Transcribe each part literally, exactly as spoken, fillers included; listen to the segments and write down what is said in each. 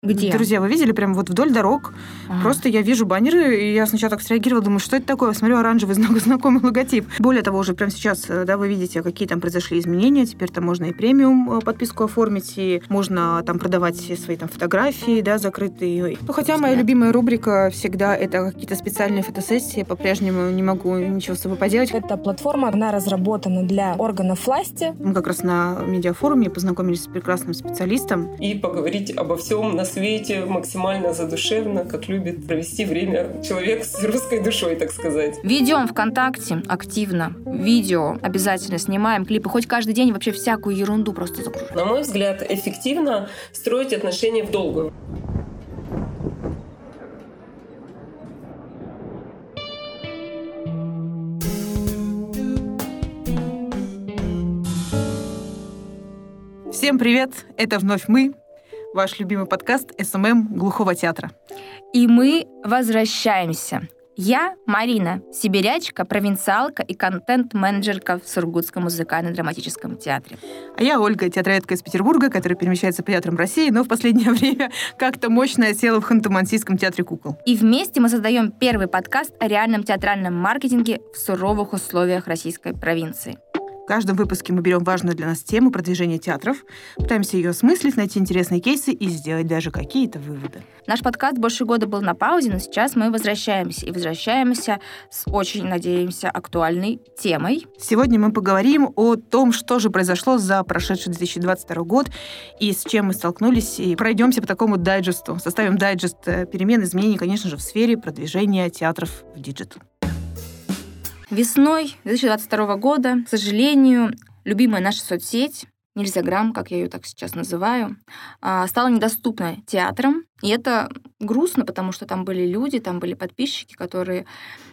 Где? Друзья, вы видели прямо вот вдоль дорог? А. Просто я вижу баннеры, и я сначала так среагировала, думаю, что это такое? Смотрю, оранжевый знакомый логотип. Более того, уже прямо сейчас, да, вы видите, какие там произошли изменения. Теперь там можно и премиум подписку оформить, и можно там продавать свои там фотографии, да, закрытые. Ну, хотя моя любимая рубрика всегда это какие-то специальные фотосессии. По-прежнему не могу ничего с собой поделать. Эта платформа, она разработана для органов власти. Мы как раз на медиафоруме познакомились с прекрасным специалистом. И поговорить обо всем на свете максимально задушевно, как любит провести время человек с русской душой, так сказать. Ведем ВКонтакте активно. Видео обязательно снимаем, клипы. Хоть каждый день вообще всякую ерунду просто загружаем. На мой взгляд, эффективно строить отношения в долгую. Всем привет! Это вновь мы, ваш любимый подкаст эс эм эм Глухого театра. И мы возвращаемся. Я Марина, сибирячка, провинциалка и контент-менеджерка в Сургутском музыкально-драматическом театре. А я Ольга, театроведка из Петербурга, которая перемещается по театрам России, но в последнее время как-то мощно осела в Ханты-Мансийском театре кукол. И вместе мы создаем первый подкаст о реальном театральном маркетинге в суровых условиях российской провинции. В каждом выпуске мы берем важную для нас тему продвижения театров, пытаемся ее осмыслить, найти интересные кейсы и сделать даже какие-то выводы. Наш подкаст больше года был на паузе, но сейчас мы возвращаемся. И возвращаемся с очень, надеемся, актуальной темой. Сегодня мы поговорим о том, что же произошло за прошедший две тысячи двадцать второй год и с чем мы столкнулись, и пройдемся по такому дайджесту. Составим дайджест перемен, изменений, конечно же, в сфере продвижения театров в диджитал. Весной две тысячи двадцать второго года, к сожалению, любимая наша соцсеть, Нельзяграм, как я ее так сейчас называю, стала недоступна театрам. И это грустно, потому что там были люди, там были подписчики, которые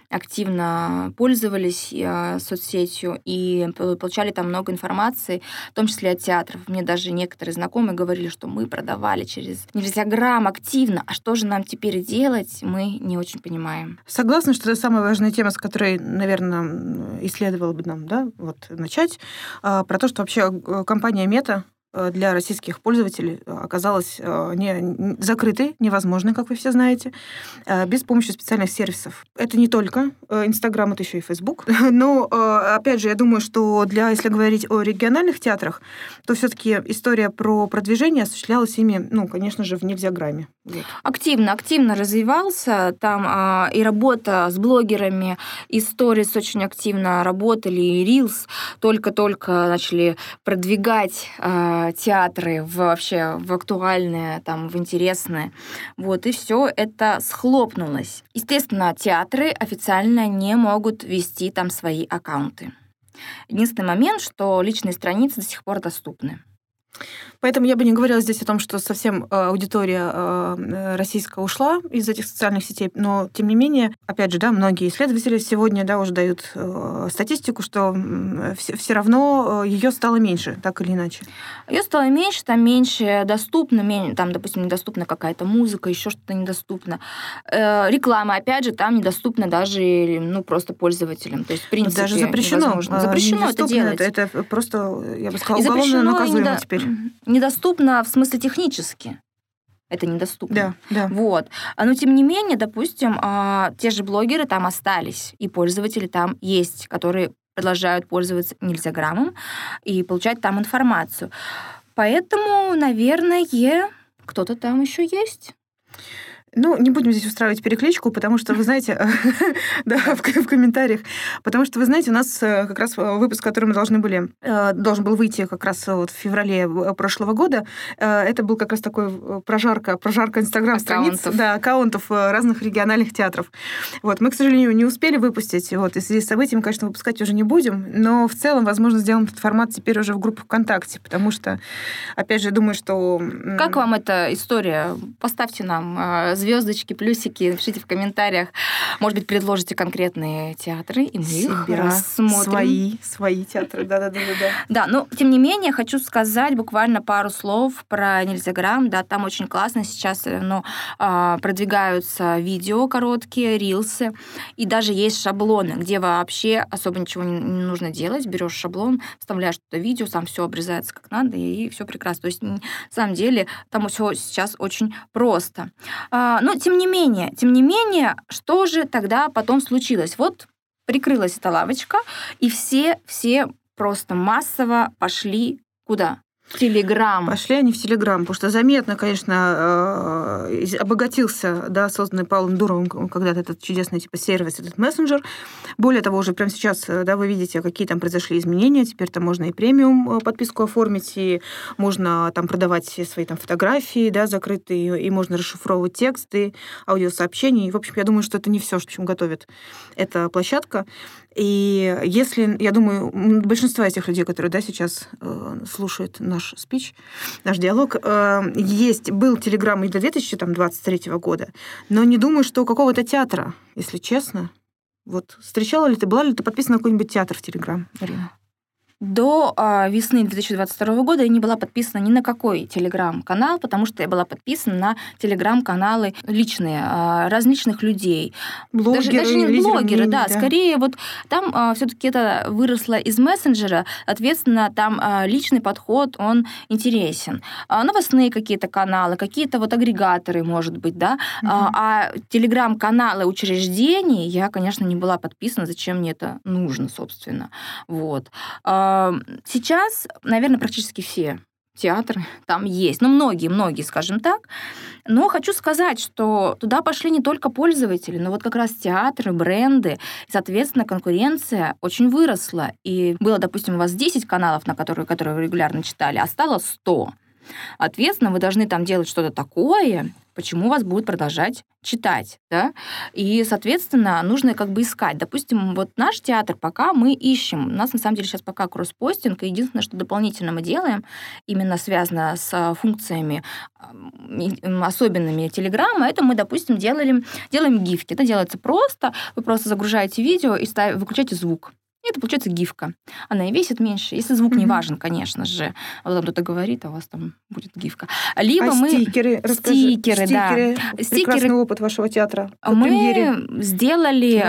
активно пользовались э, соцсетью и получали там много информации, в том числе от театров. Мне даже некоторые знакомые говорили, что мы продавали через Нельзяграм активно, а что же нам теперь делать, мы не очень понимаем. Согласна, что это самая важная тема, с которой, наверное, исследовало бы нам, да, вот, начать, а, про то, что вообще компания Мета для российских пользователей оказалась не, закрытой, невозможной, как вы все знаете, без помощи специальных сервисов. Это не только Инстаграм, это еще и Фейсбук. Но, опять же, я думаю, что для, если говорить о региональных театрах, то все-таки история про продвижение осуществлялась ими, ну, конечно же, в Нельзяграме. Вот. Активно, активно развивался. Там а, и работа с блогерами, и сторис очень активно работали, и рилс только-только начали продвигать а, театры в, вообще в актуальные, там, в интересные. Вот, и все это схлопнулось. Естественно, театры официально не могут вести там свои аккаунты. Единственный момент, что личные страницы до сих пор доступны. Поэтому я бы не говорила здесь о том, что совсем аудитория российская ушла из этих социальных сетей, но, тем не менее, опять же, да, многие исследователи сегодня, да, уже дают статистику, что все равно ее стало меньше, так или иначе. Ее стало меньше, там меньше доступно, там, допустим, недоступна какая-то музыка, еще что-то недоступно. Реклама, опять же, там недоступна даже, ну, просто пользователям. То есть, в принципе, даже запрещено. Невозможно. Запрещено это делать. Это, это просто, я бы сказала, уголовно наказуемо недо... теперь. Недоступно в смысле технически. Это недоступно. Да, да. Вот. Но, тем не менее, допустим, те же блогеры там остались, и пользователи там есть, которые продолжают пользоваться Нельзяграмом и получать там информацию. Поэтому, наверное, кто-то там еще есть. Ну, не будем здесь устраивать перекличку, потому что, вы знаете, да, в, в комментариях, потому что, вы знаете, у нас как раз выпуск, который мы должны были, должен был выйти как раз вот в феврале прошлого года, это был как раз такой прожарка, прожарка инстаграм-страниц, да, аккаунтов разных региональных театров. Вот, мы, к сожалению, не успели выпустить, вот, и в связи с событиями, конечно, выпускать уже не будем, но в целом, возможно, сделаем этот формат теперь уже в группе ВКонтакте, потому что, опять же, думаю, что... Как вам эта история? Поставьте нам звезды звездочки, плюсики, пишите в комментариях. Может быть, предложите конкретные театры, и мы их рассмотрим. Свои, свои театры, да-да-да. Да, но тем не менее, хочу сказать буквально пару слов про Нельзяграм. Да, там очень классно сейчас ну, продвигаются видео короткие, рилсы, и даже есть шаблоны, где вообще особо ничего не нужно делать. Берешь шаблон, вставляешь туда видео, сам все обрезается как надо, и все прекрасно. То есть, на самом деле, там все сейчас очень просто. Но, тем не менее, тем не менее, что же тогда потом случилось? Вот прикрылась эта лавочка, и все, все просто массово пошли куда? В Телеграм. Пошли они в Телеграм, потому что заметно, конечно, обогатился, да, созданный Павлом Дуровым когда-то этот чудесный типа сервис, этот мессенджер. Более того, уже прямо сейчас, да, вы видите, какие там произошли изменения. Теперь там можно и премиум подписку оформить, и можно там продавать все свои там фотографии, да, закрытые, и можно расшифровывать тексты, аудиосообщения. И, в общем, я думаю, что это не все, что готовит эта площадка. И если, я думаю, большинство из тех людей, которые, да, сейчас э, слушают наш спич, наш диалог, э, есть, был Телеграм и до две тысячи двадцать третьего года, но не думаю, что у какого-то театра, если честно. Вот встречала ли ты, была ли ты подписана на какой-нибудь театр в Телеграм, Марина? До э, весны две тысячи двадцать второго года я не была подписана ни на какой телеграм-канал, потому что я была подписана на телеграм-каналы личные, э, различных людей. Блогеры, даже, даже не блогеры, мнений, да, да. Скорее вот там э, все-таки это выросло из мессенджера, соответственно, там э, личный подход, он интересен. Э, новостные какие-то каналы, какие-то вот агрегаторы, может быть, да, угу. а, а телеграм-каналы учреждений я, конечно, не была подписана, зачем мне это нужно, собственно. Вот. Сейчас, наверное, практически все театры там есть. Ну, многие, многие, скажем так. Но хочу сказать, что туда пошли не только пользователи, но вот как раз театры, бренды. И, соответственно, конкуренция очень выросла. И было, допустим, у вас десять каналов, на которые, которые вы регулярно читали, а стало сто. Ответственно, вы должны там делать что-то такое, почему вас будут продолжать читать, да? И, соответственно, нужно как бы искать. Допустим, вот наш театр пока мы ищем. У нас, на самом деле, сейчас пока кросс-постинг, и единственное, что дополнительно мы делаем, именно связано с функциями особенными Телеграма, это мы, допустим, делали, делаем гифки. Это делается просто. Вы просто загружаете видео и ставите, выключаете звук. И это получается гифка. Она и весит меньше, если звук mm-hmm. не важен, конечно же. А вот там кто-то говорит, а у вас там будет гифка. Либо а мы... стикеры? Расскажи. Стикеры, стикеры, да. Прекрасный стикеры... опыт вашего театра. Мы премьере. сделали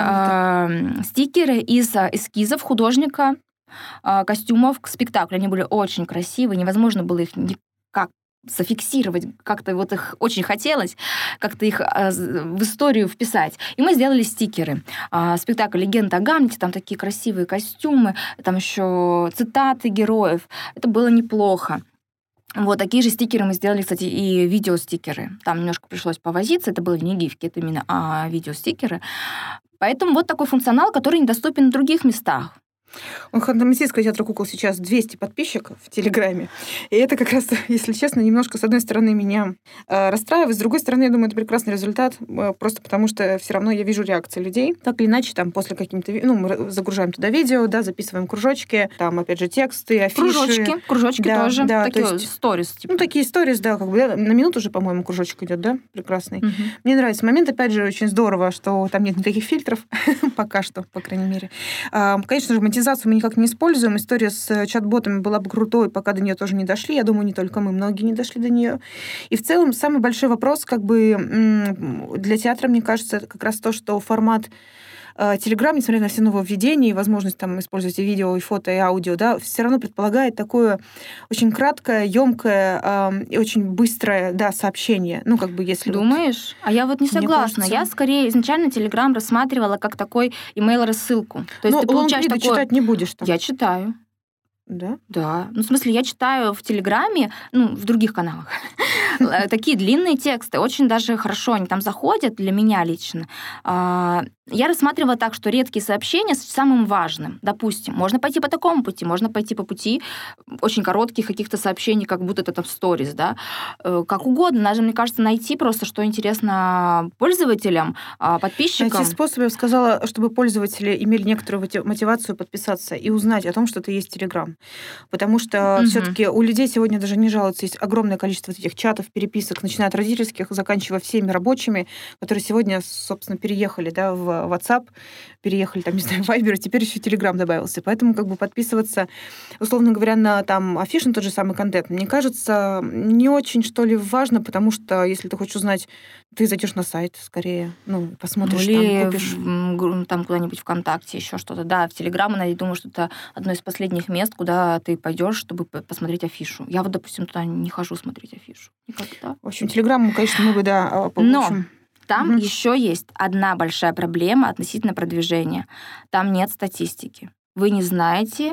э, стикеры из эскизов художника, э, костюмов к спектаклю. Они были очень красивые, невозможно было их никак зафиксировать, как-то вот их очень хотелось, как-то их э, в историю вписать. И мы сделали стикеры. Э, спектакль «Легенда о Гамлете», там такие красивые костюмы, там еще цитаты героев. Это было неплохо. Вот такие же стикеры мы сделали, кстати, и видеостикеры. Там немножко пришлось повозиться, это были не гифки, это именно а, видеостикеры. Поэтому вот такой функционал, который недоступен в других местах. У Ханты-Мансийского театра кукол сейчас двести подписчиков в Телеграме. И это как раз, если честно, немножко, с одной стороны, меня э, расстраивает, с другой стороны, я думаю, это прекрасный результат, э, просто потому что все равно я вижу реакции людей. Так или иначе, там, после каких-то... Ну, мы загружаем туда видео, да, записываем кружочки, там, опять же, тексты, афиши. Кружочки, кружочки да, тоже. Да, такие то есть, сторис. Типа. Ну, такие сторис, да, как бы, да, на минуту уже, по-моему, кружочек идет, да, прекрасный. Угу. Мне нравится момент, опять же, очень здорово, что там нет никаких фильтров, пока что, по крайней мере. Конечно же, монетизацию мы никак не используем. История с чат-ботами была бы крутой, пока до нее тоже не дошли. Я думаю, не только мы, многие не дошли до нее. И в целом самый большой вопрос как бы для театра, мне кажется, это как раз то, что формат Телеграм, несмотря на все нововведения и возможность там использовать и видео, и фото, и аудио, да, все равно предполагает такое очень краткое, ёмкое э, и очень быстрое, да, сообщение. Ну, как бы если... Думаешь? Вот... А я вот не согласна. Кажется... Я скорее изначально Телеграм рассматривала как такой имейл-рассылку. То есть но ты получаешь такое... читать не будешь там? Я читаю. Да? Да. Ну, в смысле, я читаю в Телеграме, ну, в других каналах, такие длинные тексты. Очень даже хорошо они там заходят, для меня лично. Я рассматривала так, что редкие сообщения с самым важным. Допустим, можно пойти по такому пути, можно пойти по пути очень коротких каких-то сообщений, как будто это там сторис, да, как угодно. Надо, мне кажется, найти просто, что интересно пользователям, подписчикам. Найти способ, я бы сказала, чтобы пользователи имели некоторую мотивацию подписаться и узнать о том, что это есть Telegram. Потому что mm-hmm. все-таки у людей сегодня даже не жалуются, есть огромное количество этих чатов, переписок, начиная от родительских, заканчивая всеми рабочими, которые сегодня, собственно, переехали, да, в WhatsApp, переехали, там, не знаю, в Viber, теперь еще Telegram добавился. Поэтому как бы подписываться, условно говоря, на там афиш, на тот же самый контент, мне кажется, не очень, что ли, важно, потому что если ты хочешь узнать, ты зайдешь на сайт скорее, ну, посмотришь, или там, купишь. В, там куда-нибудь ВКонтакте, еще что-то. Да, в Телеграм, я думаю, что это одно из последних мест, куда ты пойдешь, чтобы посмотреть афишу. Я вот, допустим, туда не хожу смотреть афишу. Никогда. В общем, Телеграм, конечно, мы бы, да, получим. Но там угу. еще есть одна большая проблема относительно продвижения. Там нет статистики. Вы не знаете,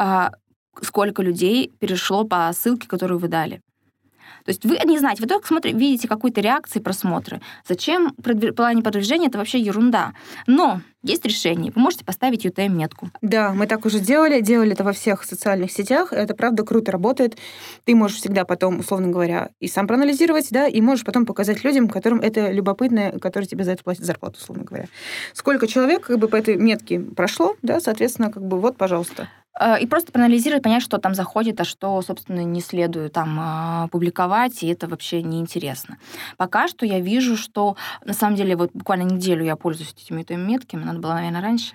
сколько людей перешло по ссылке, которую вы дали. То есть вы не знаете, вы только смотрите, видите какую-то реакцию, просмотры. Зачем в плане продвижения? Это вообще ерунда. Но есть решение. Вы можете поставить ю ти эм-метку. Да, мы так уже делали. Делали это во всех социальных сетях. Это, правда, круто работает. Ты можешь всегда потом, условно говоря, и сам проанализировать, да, и можешь потом показать людям, которым это любопытно, которые тебе за это платят зарплату, условно говоря. Сколько человек как бы по этой метке прошло, да, соответственно, как бы вот, пожалуйста. И просто проанализировать, понять, что там заходит, а что, собственно, не следует там публиковать, и это вообще неинтересно. Пока что я вижу, что, на самом деле, вот буквально неделю я пользуюсь этими ю ти эм-метками, надо было, наверное, раньше,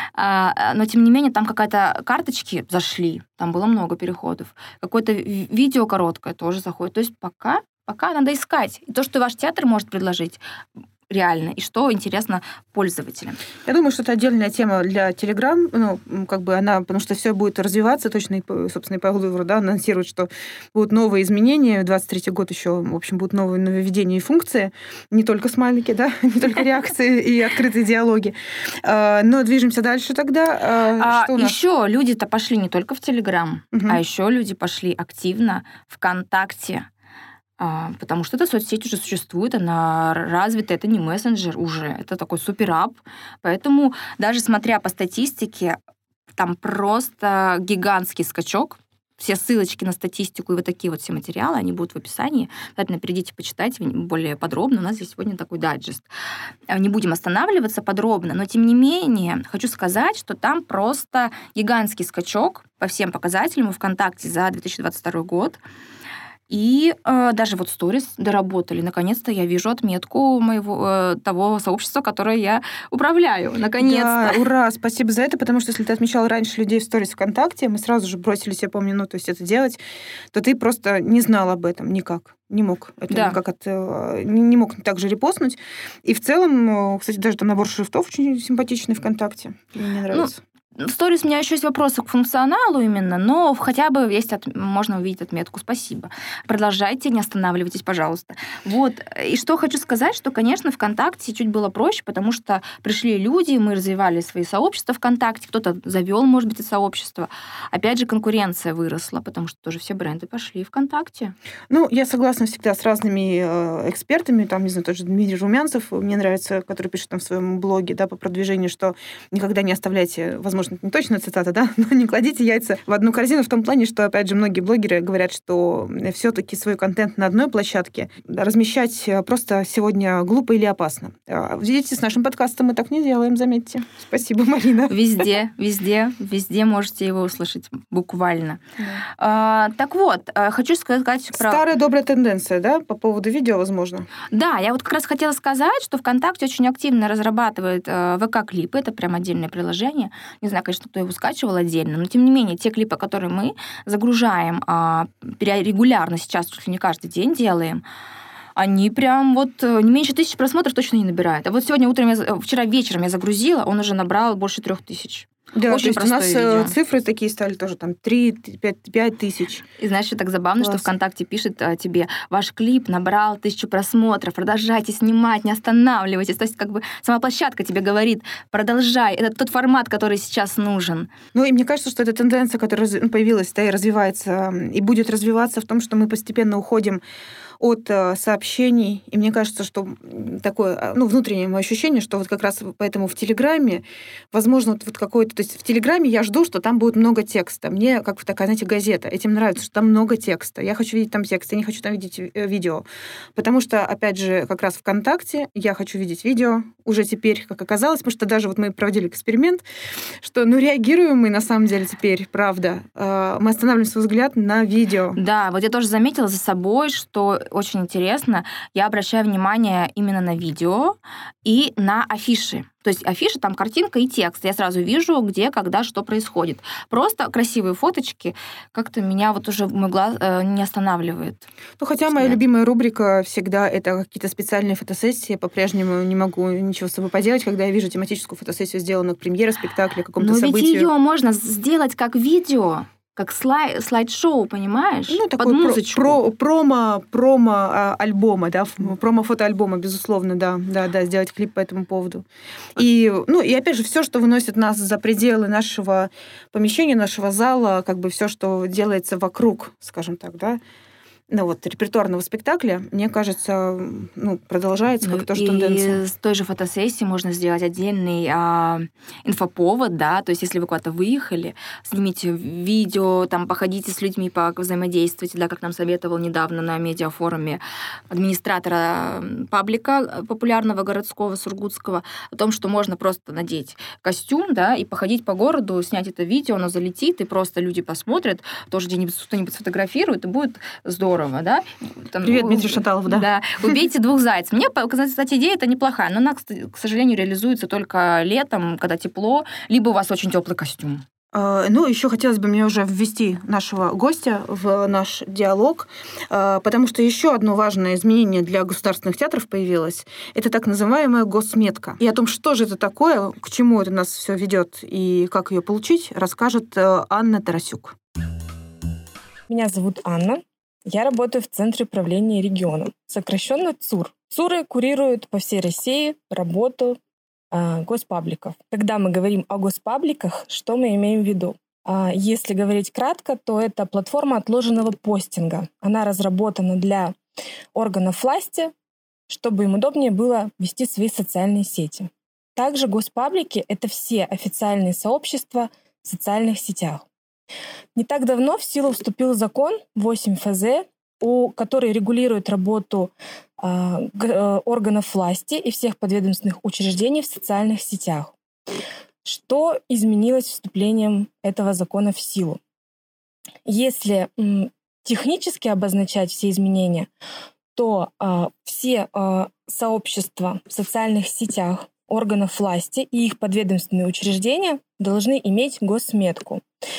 но, тем не менее, там какая-то карточки зашли, там было много переходов, какое-то видео короткое тоже заходит. То есть пока, пока надо искать. И то, что ваш театр может предложить, реально, и что интересно пользователям. Я думаю, что это отдельная тема для Telegram, ну, как бы она, потому что все будет развиваться, точно, и, собственно, и Павел Дуров, да, анонсирует, что будут новые изменения, двадцать третий год еще, в общем, будут новые нововведения и функции, не только смайлики, да, не только реакции и открытые диалоги. Но движемся дальше тогда. Что у нас? Еще люди-то пошли не только в Telegram, угу. а еще люди пошли активно ВКонтакте, потому что эта соцсеть уже существует, она развита, это не мессенджер уже, это такой суперап. Поэтому даже смотря по статистике, там просто гигантский скачок. Все ссылочки на статистику и вот такие вот все материалы, они будут в описании. Обязательно перейдите, почитайте более подробно. У нас здесь сегодня такой дайджест. Не будем останавливаться подробно, но тем не менее хочу сказать, что там просто гигантский скачок по всем показателям ВКонтакте за две тысячи двадцать второй год. И э, даже вот сторис доработали. Наконец-то я вижу отметку моего э, того сообщества, которое я управляю. Наконец-то. Да, ура, спасибо за это, потому что если ты отмечал раньше людей в сторис ВКонтакте, мы сразу же бросились, я помню, ну, то есть это делать, то ты просто не знал об этом никак. Не мог это да. никак от, не мог так же репостнуть. И в целом, кстати, даже там набор шрифтов очень симпатичный ВКонтакте. Мне нравится. Ну, в сторис у меня еще есть вопросы к функционалу именно, но хотя бы есть от... можно увидеть отметку. Спасибо. Продолжайте, не останавливайтесь, пожалуйста. Вот. И что хочу сказать, что, конечно, ВКонтакте чуть было проще, потому что пришли люди, мы развивали свои сообщества ВКонтакте, кто-то завел, может быть, это сообщество. Опять же, конкуренция выросла, потому что тоже все бренды пошли ВКонтакте. Ну, я согласна всегда с разными экспертами, там, не знаю, тот же Дмитрий Румянцев, мне нравится, который пишет там в своем блоге, да, по продвижению, что никогда не оставляйте возможность, не точно цитата, да, но не кладите яйца в одну корзину в том плане, что, опять же, многие блогеры говорят, что все-таки свой контент на одной площадке размещать просто сегодня глупо или опасно. Видите, с нашим подкастом мы так не делаем, заметьте. Спасибо, Марина. Везде, везде, везде можете его услышать, буквально. Да. А, так вот, хочу сказать про... Старая добрая тенденция, да, по поводу видео, возможно? Да, я вот как раз хотела сказать, что ВКонтакте очень активно разрабатывает ВК-клипы, это прям отдельное приложение. Не знаю, конечно, кто его скачивал отдельно, но тем не менее, те клипы, которые мы загружаем а, регулярно сейчас, чуть ли не каждый день делаем, они прям вот не меньше тысячи просмотров точно не набирают. А вот сегодня утром, я, вчера вечером я загрузила, он уже набрал больше трех тысяч. Да, очень то есть у нас видео. Цифры такие стали тоже, там, три-пять тысяч. И знаешь, что так забавно, Класс. Что ВКонтакте пишет а, тебе, ваш клип набрал тысячу просмотров, продолжайте снимать, не останавливайтесь. То есть как бы сама площадка тебе говорит, продолжай, это тот формат, который сейчас нужен. Ну и мне кажется, что эта тенденция, которая появилась, да, и развивается, и будет развиваться в том, что мы постепенно уходим от сообщений. И мне кажется, что такое, ну, внутреннее мое ощущение, что вот как раз поэтому в Телеграме, возможно, вот какой-то... То есть в Телеграме я жду, что там будет много текста. Мне как такая, знаете, газета. Этим нравится, что там много текста. Я хочу видеть там текст, я не хочу там видеть видео. Потому что, опять же, как раз ВКонтакте я хочу видеть видео уже теперь, как оказалось, потому что даже вот мы проводили эксперимент, что, ну, реагируем мы на самом деле теперь, правда. Мы останавливаем свой взгляд на видео. Да, вот я тоже заметила за собой, что очень интересно, я обращаю внимание именно на видео и на афиши. То есть афиша, там картинка и текст. Я сразу вижу, где, когда, что происходит. Просто красивые фоточки как-то меня вот уже мой глаз э, не останавливает. Ну, хотя моя любимая рубрика всегда это какие-то специальные фотосессии. По-прежнему не могу ничего с собой поделать, когда я вижу тематическую фотосессию, сделанную к премьере спектакля, какому-то Но событию. Но ведь ее можно сделать как видео. Как слай, слайд-шоу, понимаешь? Ну, под музычку. Про, промо, промо а, альбома, да, промо-фотоальбома, безусловно, да, да, да, сделать клип по этому поводу. И, ну, и опять же, все, что выносит нас за пределы нашего помещения, нашего зала, как бы все, что делается вокруг, скажем так, да, ну, вот, репертуарного спектакля, мне кажется, ну, продолжается как ну, тоже и тенденция. С той же фотосессии можно сделать отдельный а, инфоповод, да, то есть если вы куда-то выехали, снимите видео, там, походите с людьми, взаимодействуйте, да, как нам советовал недавно на медиафоруме администратора паблика популярного городского, сургутского, о том, что можно просто надеть костюм, да, и походить по городу, снять это видео, оно залетит, и просто люди посмотрят, тоже где-нибудь что-нибудь сфотографируют, и будет здорово. Да? Там, Привет, Дмитрий Шаталов, да. Да. Убейте двух зайцев. Мне, кстати, идея это неплохая, но она, к сожалению, реализуется только летом, когда тепло, либо у вас очень теплый костюм. Ну, еще хотелось бы мне уже ввести нашего гостя в наш диалог, потому что еще одно важное изменение для государственных театров появилось. Это так называемая госметка. И о том, что же это такое, к чему это нас все ведет и как ее получить, расскажет Анна Тарасюк. Меня зовут Анна. Я работаю в Центре управления регионом, сокращенно ЦУР. ЦУРы курируют по всей России работу э, госпабликов. Когда мы говорим о госпабликах, что мы имеем в виду? Э, если говорить кратко, то это платформа отложенного постинга. Она разработана для органов власти, чтобы им удобнее было вести свои социальные сети. Также госпаблики — это все официальные сообщества в социальных сетях. Не так давно в силу вступил закон восемь эф зэ, который регулирует работу э, органов власти и всех подведомственных учреждений в социальных сетях. Что изменилось вступлением этого закона в силу? Если м, технически обозначать все изменения, то э, все э, сообщества в социальных сетях органов власти и их подведомственные учреждения должны иметь госметку.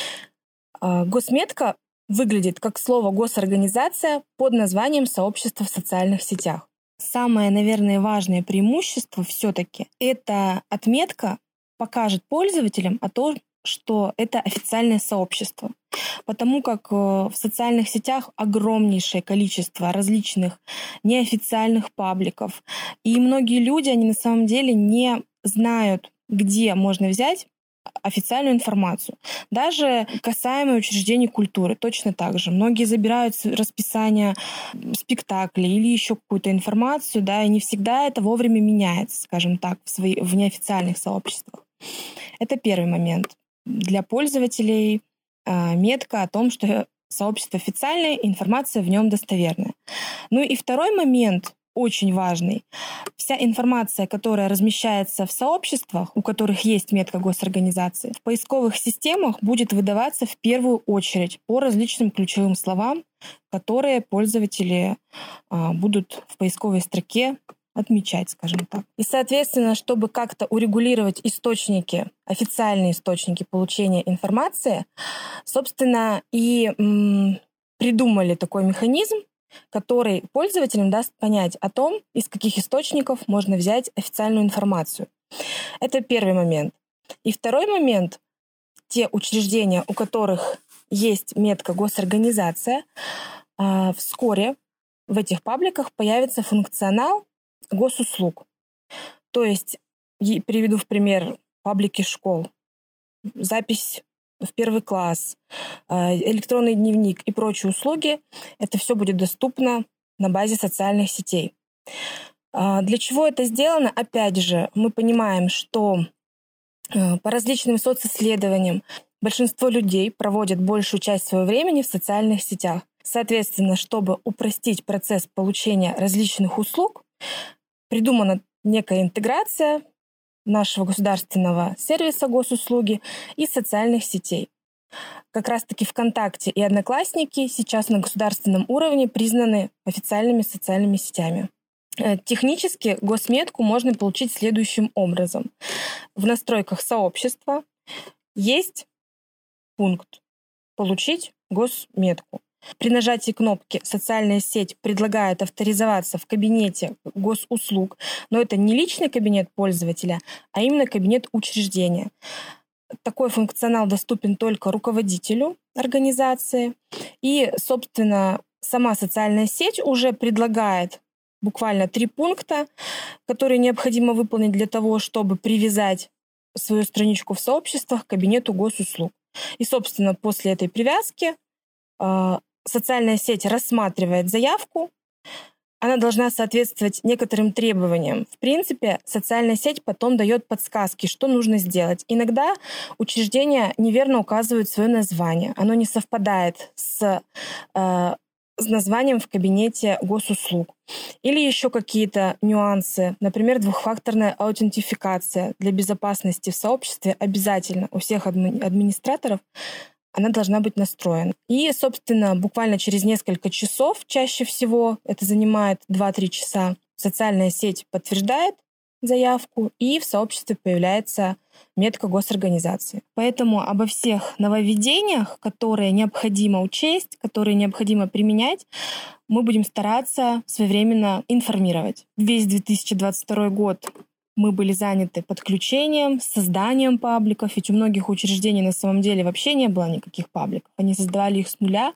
Госметка выглядит как слово «госорганизация» под названием «сообщество в социальных сетях». Самое, наверное, важное преимущество все-таки эта отметка покажет пользователям о том, что это официальное сообщество. Потому как в социальных сетях огромнейшее количество различных неофициальных пабликов. И многие люди, они на самом деле не знают, где можно взять официальную информацию. Даже касаемо учреждений культуры точно так же. Многие забирают расписание спектаклей или еще какую-то информацию, да, и не всегда это вовремя меняется, скажем так, в, свои, в неофициальных сообществах. Это первый момент. Для пользователей э, метка о том, что сообщество официальное, информация в нем достоверная. Ну и второй момент, очень важный. Вся информация, которая размещается в сообществах, у которых есть метка госорганизации, в поисковых системах будет выдаваться в первую очередь по различным ключевым словам, которые пользователи а, будут в поисковой строке отмечать, скажем так. И, соответственно, чтобы как-то урегулировать источники, официальные источники получения информации, собственно, и м, придумали такой механизм, который пользователям даст понять о том, из каких источников можно взять официальную информацию. Это первый момент. И второй момент. Те учреждения, у которых есть метка госорганизация, вскоре в этих пабликах появится функционал госуслуг. То есть, приведу в пример паблики школ. Запись в первый класс, электронный дневник и прочие услуги, это все будет доступно на базе социальных сетей. Для чего это сделано? Опять же, мы понимаем, что по различным социсследованиям большинство людей проводят большую часть своего времени в социальных сетях. Соответственно, чтобы упростить процесс получения различных услуг, придумана некая интеграция нашего государственного сервиса госуслуги и социальных сетей. Как раз-таки ВКонтакте и Одноклассники сейчас на государственном уровне признаны официальными социальными сетями. Технически госметку можно получить следующим образом. В настройках сообщества есть пункт «Получить госметку». При нажатии кнопки «Социальная сеть предлагает авторизоваться в кабинете госуслуг», но это не личный кабинет пользователя, а именно кабинет учреждения. Такой функционал доступен только руководителю организации. И, собственно, сама социальная сеть уже предлагает буквально три пункта, которые необходимо выполнить для того, чтобы привязать свою страничку в сообществах к кабинету госуслуг. И, собственно, после этой привязки э, социальная сеть рассматривает заявку. Она должна соответствовать некоторым требованиям. В принципе, социальная сеть потом дает подсказки, что нужно сделать. Иногда учреждения неверно указывают свое название. Оно не совпадает с э, с названием в кабинете госуслуг. Или еще какие-то нюансы. Например, двухфакторная аутентификация для безопасности в сообществе обязательно у всех адми- администраторов она должна быть настроена. И, собственно, буквально через несколько часов, чаще всего, это занимает два-три часа, социальная сеть подтверждает заявку, и в сообществе появляется метка госорганизации. Поэтому обо всех нововведениях, которые необходимо учесть, которые необходимо применять, мы будем стараться своевременно информировать. Весь две тысячи двадцать второй год мы были заняты подключением, созданием пабликов, ведь у многих учреждений на самом деле вообще не было никаких пабликов. Они создавали их с нуля.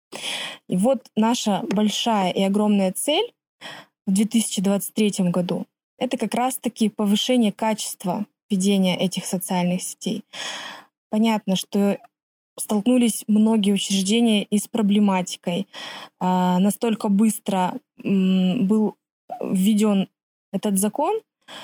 И вот наша большая и огромная цель в две тысячи двадцать третьем году — это как раз-таки повышение качества ведения этих социальных сетей. Понятно, что столкнулись многие учреждения и с проблематикой. А, настолько быстро м, был введен этот закон,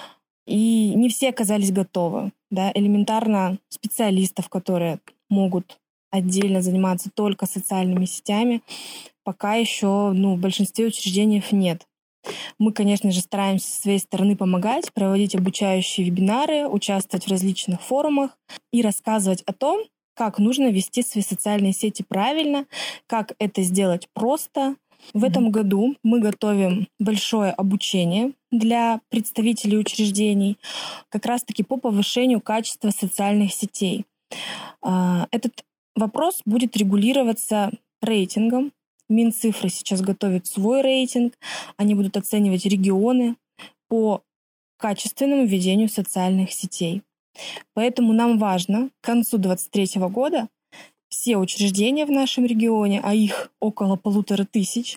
и не все оказались готовы. Да? Элементарно специалистов, которые могут отдельно заниматься только социальными сетями, пока еще ну, в большинстве учреждений нет. Мы, конечно же, стараемся со своей стороны помогать, проводить обучающие вебинары, участвовать в различных форумах и рассказывать о том, как нужно вести свои социальные сети правильно, как это сделать просто. В этом году мы готовим большое обучение для представителей учреждений как раз-таки по повышению качества социальных сетей. Этот вопрос будет регулироваться рейтингом. Минцифры сейчас готовят свой рейтинг. Они будут оценивать регионы по качественному ведению социальных сетей. Поэтому нам важно к концу две тысячи двадцать третьего года все учреждения в нашем регионе, а их около полутора тысяч,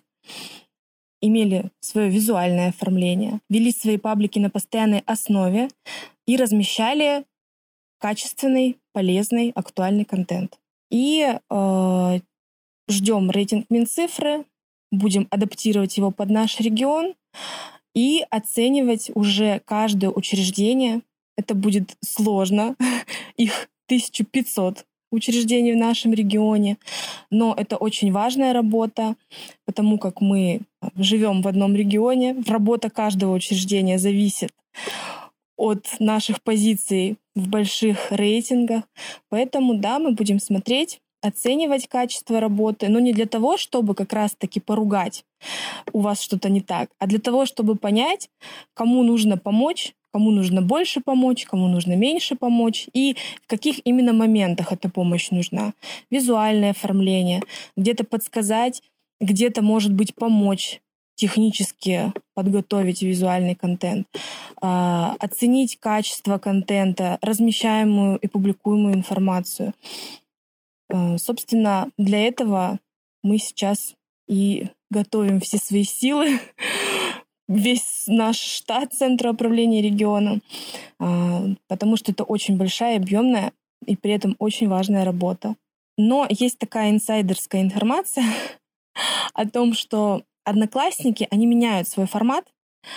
имели свое визуальное оформление, вели свои паблики на постоянной основе и размещали качественный, полезный, актуальный контент. И э, ждем рейтинг Минцифры, будем адаптировать его под наш регион и оценивать уже каждое учреждение. Это будет сложно, их тысяча пятьсот учреждений в нашем регионе, но это очень важная работа, потому как мы живем в одном регионе, работа каждого учреждения зависит от наших позиций в больших рейтингах, поэтому да, мы будем смотреть, оценивать качество работы, но не для того, чтобы как раз-таки поругать, у вас что-то не так, а для того, чтобы понять, кому нужно помочь, кому нужно больше помочь, кому нужно меньше помочь и в каких именно моментах эта помощь нужна. Визуальное оформление, где-то подсказать, где-то, может быть, помочь технически подготовить визуальный контент, оценить качество контента, размещаемую и публикуемую информацию. Собственно, для этого мы сейчас и готовим все свои силы, весь наш штат Центра управления регионом, потому что это очень большая, объемная и при этом очень важная работа. Но есть такая инсайдерская информация о том, что Одноклассники, они меняют свой формат.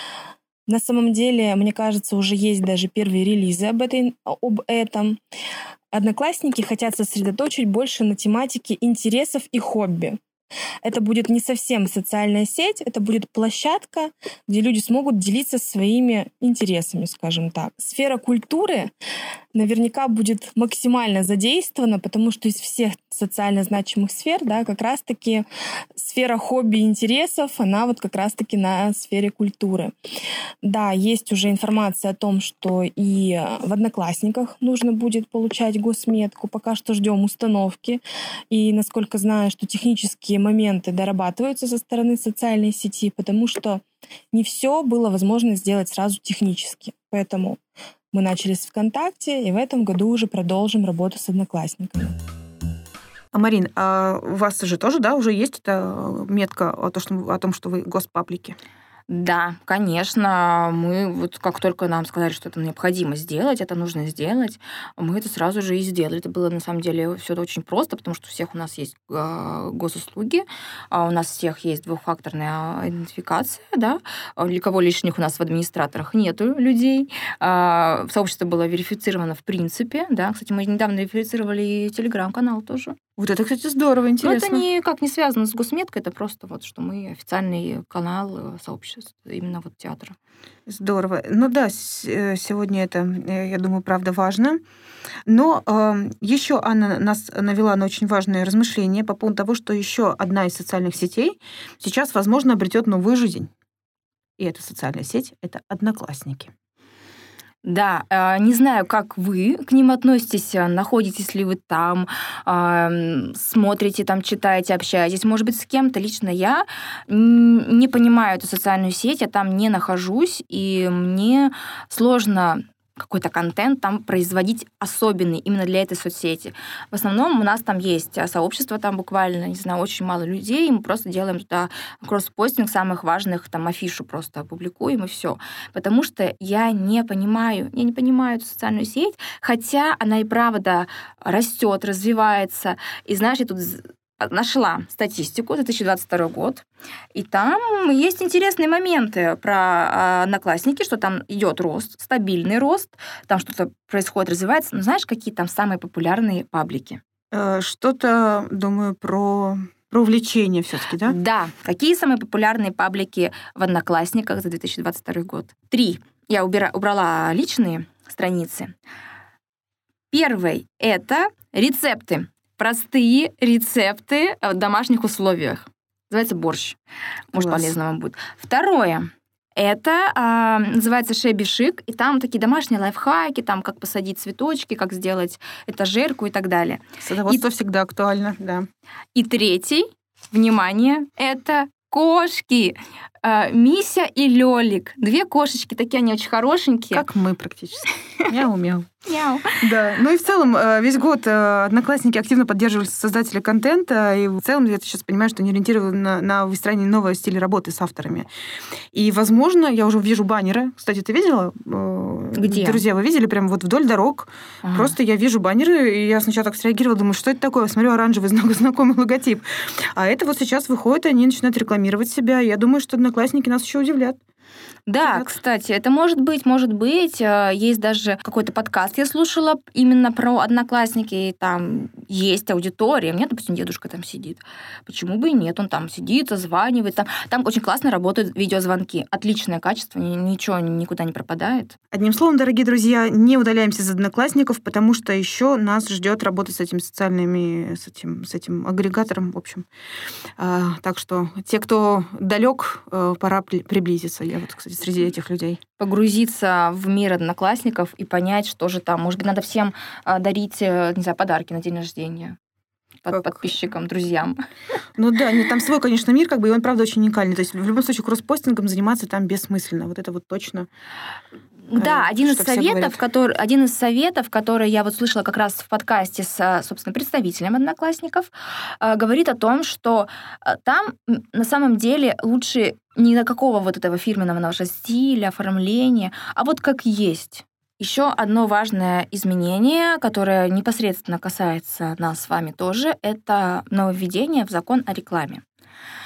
На самом деле, мне кажется, уже есть даже первые релизы об, этой, об этом. Одноклассники хотят сосредоточить больше на тематике интересов и хобби. Это будет не совсем социальная сеть, это будет площадка, где люди смогут делиться своими интересами, скажем так. Сфера культуры наверняка будет максимально задействована, потому что из всех социально значимых сфер, да, как раз-таки сфера хобби и интересов, она вот как раз-таки на сфере культуры. Да, есть уже информация о том, что и в Одноклассниках нужно будет получать госметку. Пока что ждем установки. И, насколько знаю, что технические моменты дорабатываются со стороны социальной сети, потому что не все было возможно сделать сразу технически. Поэтому мы начали с ВКонтакте, и в этом году уже продолжим работу с Одноклассниками. А, Марин, а у вас же тоже, да, уже есть эта метка о том, что, о том, что вы госпаблики? Да, конечно, мы вот как только нам сказали, что это необходимо сделать, это нужно сделать, мы это сразу же и сделали. Это было на самом деле все это очень просто, потому что у всех у нас есть э, госуслуги, а у нас всех есть двухфакторная идентификация, да, для кого лишних у нас в администраторах нету людей. А, сообщество было верифицировано в принципе, да. Кстати, мы недавно верифицировали и телеграм-канал тоже. Вот это, кстати, здорово, интересно. Но это никак не связано с госметкой, это просто вот, что мы официальный канал сообщества, именно вот театра. Здорово. Ну да, сегодня это, я думаю, правда важно. Но э, еще Анна нас навела на очень важное размышление по поводу того, что еще одна из социальных сетей сейчас, возможно, обретет новую жизнь. И эта социальная сеть — это Одноклассники. Да, не знаю, как вы к ним относитесь, находитесь ли вы там, смотрите, там, читаете, общаетесь, может быть, с кем-то. Лично я не понимаю эту социальную сеть, я там не нахожусь, и мне сложно какой-то контент там производить особенный именно для этой соцсети. В основном у нас там есть сообщество, там буквально, не знаю, очень мало людей, и мы просто делаем туда кросс-постинг самых важных, там, афишу просто публикуем, и все. Потому что я не понимаю, я не понимаю эту социальную сеть, хотя она и правда растет, развивается. И знаешь, я тут нашла статистику за две тысячи двадцать второй год, и там есть интересные моменты про Одноклассники, что там идет рост, стабильный рост, там что-то происходит, развивается. Но знаешь, какие там самые популярные паблики? Что-то, думаю, про, про увлечение все-таки, да? Да. Какие самые популярные паблики в Одноклассниках за две тысячи двадцать второй год? Три. Я убира... убрала личные страницы. Первый — это рецепты. Простые рецепты в домашних условиях. Называется борщ. Может, Класс. Полезно вам будет. Второе. Это а, называется Шеби Шик, и там такие домашние лайфхаки, там как посадить цветочки, как сделать этажерку и так далее. Садоводство и... всегда актуально, да. И третий, внимание, это кошки. А, Мися и Лёлик. Две кошечки, такие они очень хорошенькие. Как мы практически. Мяу-мяу. Мяу. Да. Ну и в целом весь год Одноклассники активно поддерживали создателей контента, и в целом я сейчас понимаю, что они ориентированы на, на выстраивание нового стиля работы с авторами. И, возможно, я уже вижу баннеры. Кстати, ты видела? Где? Друзья, вы видели? Прям вот вдоль дорог. А-а-а. Просто я вижу баннеры, и я сначала так среагировала, думаю, что это такое? Смотрю, оранжевый знакомый логотип. А это вот сейчас выходит, и они начинают рекламировать себя. Я думаю, что Одноклассники нас еще удивлят. Да, Привет. Кстати, это может быть, может быть. Есть даже какой-то подкаст, я слушала именно про Одноклассники, и там есть аудитория. У меня, допустим, дедушка там сидит. Почему бы и нет? Он там сидит, созванивает. Там, там очень классно работают видеозвонки. Отличное качество, ничего никуда не пропадает. Одним словом, дорогие друзья, не удаляемся из Одноклассников, потому что еще нас ждет работа с этими социальными, с этим, с этим агрегатором, в общем. А, так что те, кто далек, пора приблизиться. Я вот, кстати, среди этих людей. Погрузиться в мир Одноклассников и понять, что же там. Может быть, надо всем дарить, не знаю, подарки на день рождения. Под, подписчикам, друзьям. Ну да, нет, там свой, конечно, мир, как бы, и он, правда, очень уникальный. То есть, в любом случае, кросс-постингом заниматься там бессмысленно. Вот это вот точно. Да, один из советов, который, один из советов, который я вот слышала как раз в подкасте с, собственно, представителем Одноклассников, говорит о том, что там на самом деле лучше не на какого вот этого фирменного нашего стиля, оформления, а вот как есть. Еще одно важное изменение, которое непосредственно касается нас с вами тоже, это нововведение в закон о рекламе.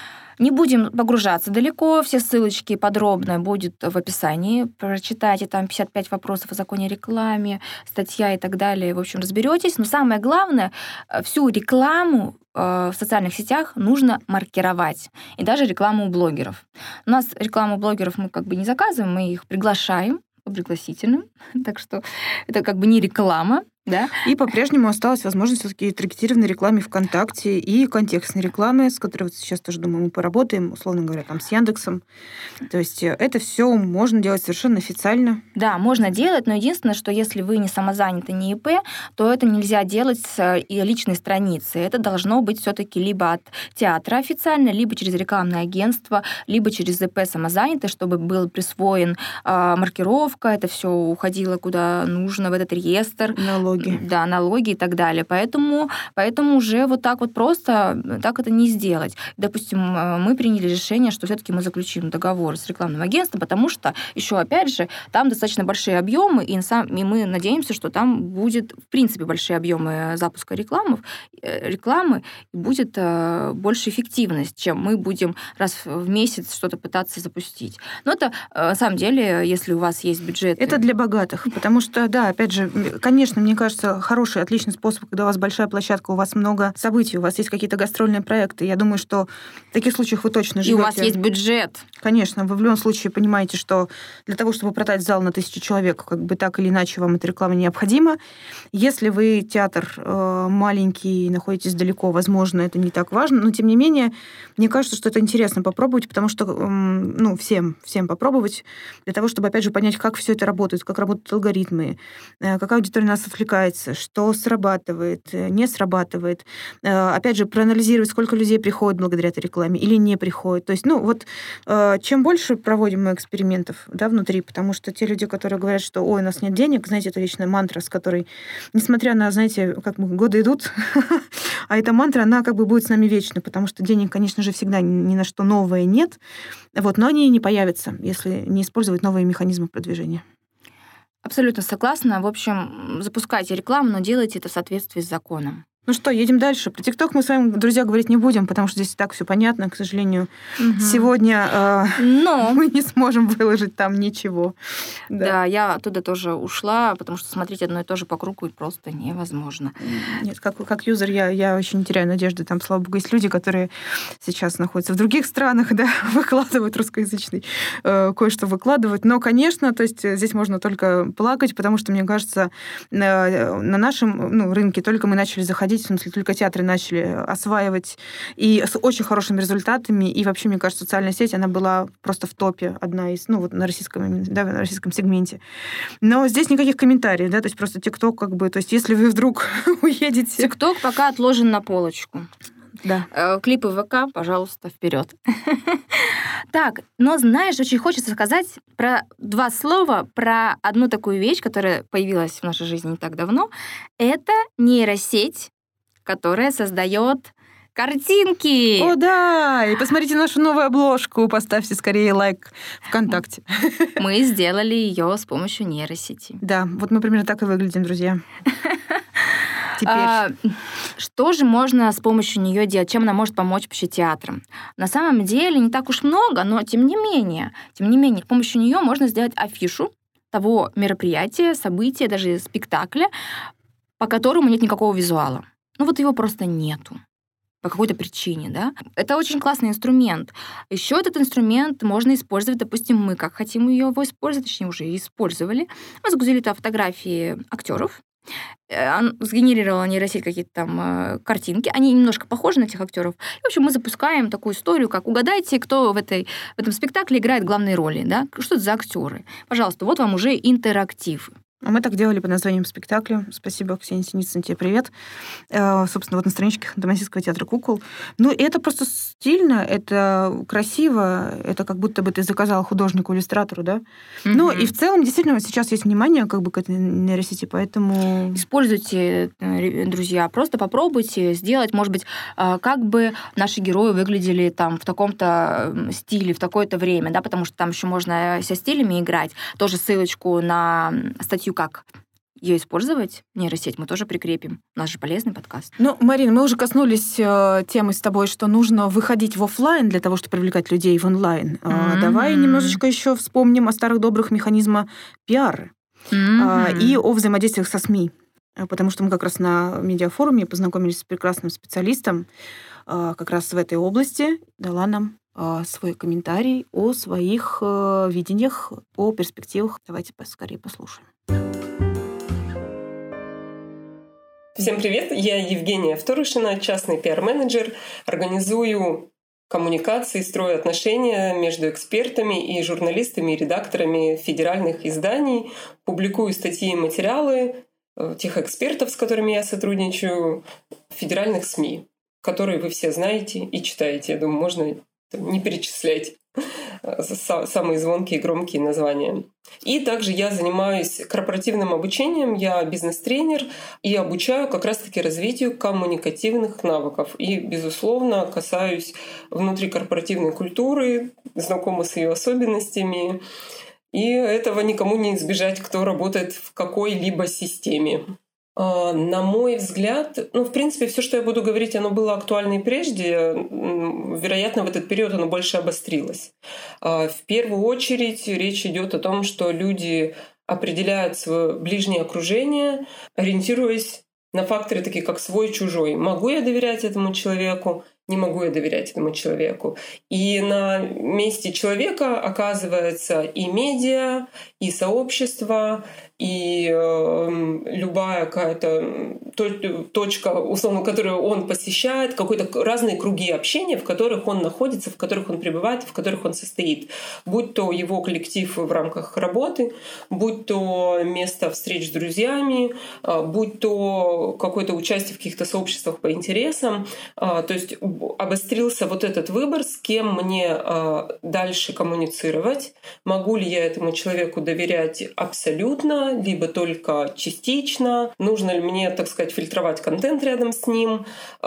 Не будем погружаться далеко, все ссылочки подробно будет в описании. Прочитайте там пятьдесят пять вопросов о законе о рекламе, статья и так далее. В общем, разберетесь. Но самое главное, всю рекламу в социальных сетях нужно маркировать. И даже рекламу у блогеров. У нас рекламу блогеров мы как бы не заказываем, мы их приглашаем по пригласительным. Так что это как бы не реклама. Да? И по-прежнему осталась возможность все-таки таргетированной рекламы ВКонтакте и контекстной рекламы, с которой вот сейчас тоже, думаю, мы поработаем, условно говоря, там, с Яндексом. То есть это все можно делать совершенно официально. Да, можно делать, но единственное, что если вы не самозанятый, не ИП, то это нельзя делать с личной страницы. Это должно быть все-таки либо от театра официально, либо через рекламное агентство, либо через ИП самозанятый, чтобы был присвоен э, маркировка, это все уходило куда нужно, в этот реестр. Налоги. Да, налоги и так далее. Поэтому, поэтому уже вот так вот просто так это не сделать. Допустим, мы приняли решение, что все-таки мы заключим договор с рекламным агентством, потому что еще, опять же, там достаточно большие объемы, и, и мы надеемся, что там будет, в принципе, большие объемы запуска рекламы, рекламы и будет больше эффективность, чем мы будем раз в месяц что-то пытаться запустить. Но это, на самом деле, если у вас есть бюджет... Это для богатых, потому что, да, опять же, конечно, мне кажется, хороший, отличный способ, когда у вас большая площадка, у вас много событий, у вас есть какие-то гастрольные проекты. Я думаю, что в таких случаях вы точно живете. И у вас есть бюджет. Конечно, вы в любом случае понимаете, что для того, чтобы продать зал на тысячу человек, как бы так или иначе вам эта реклама необходима. Если вы театр э, маленький, находитесь далеко, возможно, это не так важно, но тем не менее, мне кажется, что это интересно попробовать, потому что, э, ну, всем, всем попробовать, для того, чтобы, опять же, понять, как все это работает, как работают алгоритмы, э, какая аудитория нас отвлекается, что срабатывает, не срабатывает. Опять же, проанализировать, сколько людей приходит благодаря этой рекламе или не приходит. То есть, ну, вот чем больше проводим мы экспериментов, да, внутри, потому что те люди, которые говорят, что ой, у нас нет денег, знаете, это вечная мантра, с которой, несмотря на, знаете, как годы идут, а эта мантра, она как бы будет с нами вечно, потому что денег, конечно же, всегда ни на что новое нет, вот, но они не появятся, если не использовать новые механизмы продвижения. Абсолютно согласна. В общем, запускайте рекламу, но делайте это в соответствии с законом. Ну что, едем дальше. Про ТикТок мы с вами, друзья, говорить не будем, потому что здесь и так все понятно. К сожалению, угу. сегодня э, Но... мы не сможем выложить там ничего. Да. да, я оттуда тоже ушла, потому что смотреть одно и то же по кругу просто невозможно. Нет, как, как юзер я, я очень не теряю надежды. Там, слава богу, есть люди, которые сейчас находятся в других странах, да, выкладывают русскоязычный, э, кое-что выкладывают. Но, конечно, то есть здесь можно только плакать, потому что, мне кажется, э, на нашем ну, рынке только мы начали заходить, в смысле, только театры начали осваивать, и с очень хорошими результатами, и вообще, мне кажется, социальная сеть, она была просто в топе, одна из, ну, вот на российском, да, на российском сегменте. Но здесь никаких комментариев, да, то есть просто ТикТок, как бы, то есть если вы вдруг уедете... ТикТок пока отложен на полочку. Да. Клипы ВК, пожалуйста, вперед. Так, но знаешь, очень хочется сказать про два слова, про одну такую вещь, которая появилась в нашей жизни не так давно. Это нейросеть, которая создает картинки. О, да! И посмотрите нашу новую обложку, поставьте скорее лайк ВКонтакте. Мы сделали ее с помощью нейросети. Да, вот мы примерно так и выглядим, друзья. Теперь. А, что же можно с помощью нее делать? Чем она может помочь вообще театрам? На самом деле не так уж много, но тем не менее, тем не менее, с помощью нее можно сделать афишу того мероприятия, события, даже спектакля, по которому нет никакого визуала. Ну вот его просто нету. По какой-то причине, да. Это очень классный инструмент. Еще этот инструмент можно использовать, допустим, мы как хотим его использовать, точнее, уже использовали. Мы загрузили туда фотографии актеров, сгенерировала нейросеть какие-то там картинки. Они немножко похожи на этих актеров. И, в общем, мы запускаем такую историю, как угадайте, кто в, этой, в этом спектакле играет главные роли, да? Что это за актеры? Пожалуйста, вот вам уже интерактив. А мы так делали под названием спектакля. Спасибо, Ксения Синицына, тебе привет. Э, собственно, вот на страничке Ханты-Мансийского театра кукол. Ну, это просто стильно, это красиво, это как будто бы ты заказал художнику-иллюстратору, да? Mm-hmm. Ну, и в целом, действительно, сейчас есть внимание как бы к этой нейросети, поэтому... Используйте, друзья, просто попробуйте сделать, может быть, как бы наши герои выглядели там в таком-то стиле, в такое-то время, да, потому что там еще можно со стилями играть. Тоже ссылочку на статью как ее использовать, нейросеть, мы тоже прикрепим. У нас же полезный подкаст. Ну, Марина, мы уже коснулись э, темы с тобой, что нужно выходить в офлайн для того, чтобы привлекать людей в онлайн. Mm-hmm. Э, давай немножечко еще вспомним о старых добрых механизмах пиара mm-hmm. э, и о взаимодействиях со СМИ. Потому что мы как раз на медиафоруме познакомились с прекрасным специалистом э, как раз в этой области, дала нам э, свой комментарий о своих э, видениях, о перспективах. Давайте поскорее послушаем. Всем привет, я Евгения Вторышина, частный пиар-менеджер. Организую коммуникации, строю отношения между экспертами и журналистами и редакторами федеральных изданий. Публикую статьи и материалы тех экспертов, с которыми я сотрудничаю, в федеральных СМИ, которые вы все знаете и читаете. Я думаю, можно не перечислять самые звонкие и громкие названия. И также я занимаюсь корпоративным обучением, я бизнес-тренер и обучаю как раз-таки развитию коммуникативных навыков. И, безусловно, касаюсь внутрикорпоративной культуры, знакома с ее особенностями. И этого никому не избежать, кто работает в какой-либо системе. На мой взгляд, ну, в принципе, все, что я буду говорить, оно было актуально и прежде. Вероятно, в этот период оно больше обострилось. В первую очередь речь идет о том, что люди определяют свое ближнее окружение, ориентируясь на факторы такие, как свой-чужой. Могу я доверять этому человеку? Не могу я доверять этому человеку. И на месте человека оказывается и медиа, и сообщество, и э, любая какая-то точка, условно, которую он посещает, какие-то разные круги общения, в которых он находится, в которых он пребывает, в которых он состоит. Будь то его коллектив в рамках работы, будь то место встреч с друзьями, будь то какое-то участие в каких-то сообществах по интересам. То есть обострился вот этот выбор, с кем мне дальше коммуницировать, могу ли я этому человеку доверять абсолютно, либо только частично, нужно ли мне, так сказать, фильтровать контент рядом с ним,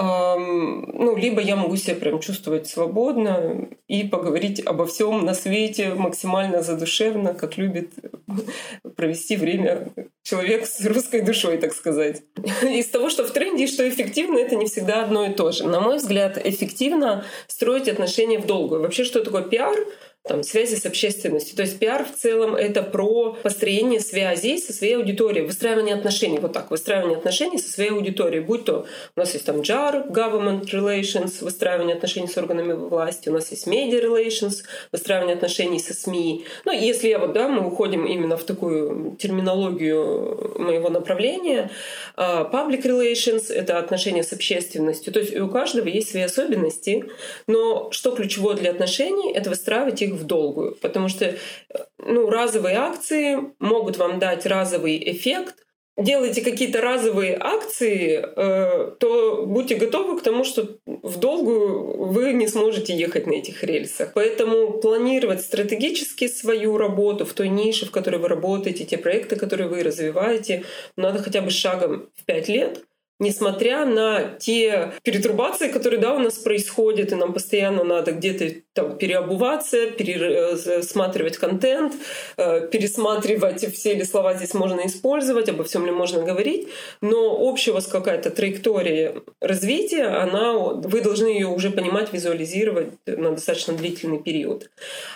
ну, либо я могу себя прям чувствовать свободно и поговорить обо всем на свете максимально задушевно, как любит провести время человек с русской душой, так сказать. Из того, что в тренде и что эффективно, это не всегда одно и то же. На мой взгляд, эффективно строить отношения в долгую. Вообще, что такое пиар? Там, связи с общественностью. То есть пиар в целом — это про построение связей со своей аудиторией, выстраивание отношений, вот так, выстраивание отношений со своей аудиторией. Будь то у нас есть там джей эй ар, Government Relations, выстраивание отношений с органами власти, у нас есть Media Relations, выстраивание отношений со СМИ. Ну, если я вот, да, мы уходим именно в такую терминологию моего направления, Public Relations — это отношения с общественностью. То есть у каждого есть свои особенности, но что ключевое для отношений — это выстраивать их в долгую, потому что ну, разовые акции могут вам дать разовый эффект. Делаете какие-то разовые акции, э, то будьте готовы к тому, что в долгую вы не сможете ехать на этих рельсах. Поэтому планировать стратегически свою работу в той нише, в которой вы работаете, те проекты, которые вы развиваете, надо хотя бы шагом в пять лет. Несмотря на те перетрубации, которые, да, у нас происходят, и нам постоянно надо где-то там переобуваться, пересматривать контент, пересматривать, все ли слова здесь можно использовать, обо всем ли можно говорить, но общая у вас какая-то траектория развития, она, вы должны ее уже понимать, визуализировать на достаточно длительный период.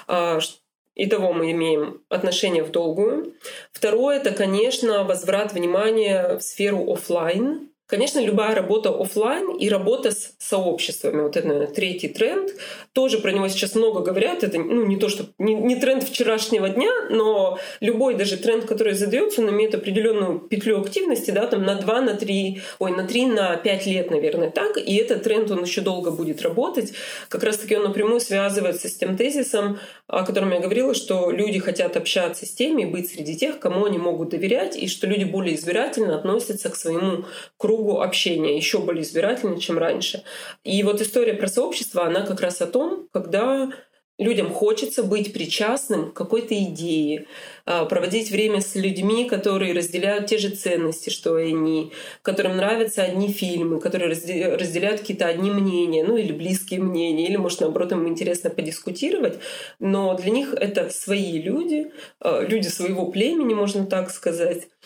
Итого мы имеем отношения в долгую. Второе — это, конечно, возврат внимания в сферу офлайн. Конечно, любая работа офлайн и работа с сообществами. Вот это, наверное, третий тренд. Тоже про него сейчас много говорят. Это ну, не то, что не, не тренд вчерашнего дня, но любой даже тренд, который задается, он имеет определенную петлю активности, да, там на два, на три, ой, на три, на пять лет, наверное, так. И этот тренд, он еще долго будет работать. Как раз-таки он напрямую связывается с тем тезисом, о котором я говорила, что люди хотят общаться с теми, быть среди тех, кому они могут доверять, и что люди более избирательно относятся к своему кругу общения, еще более избирательно, чем раньше. И вот история про сообщество, она как раз о том, когда людям хочется быть причастным к какой-то идее, проводить время с людьми, которые разделяют те же ценности, что и они, которым нравятся одни фильмы, которые разделяют какие-то одни мнения, ну или близкие мнения, или, может, наоборот, им интересно подискутировать. Но для них это свои люди, люди своего племени, можно так сказать.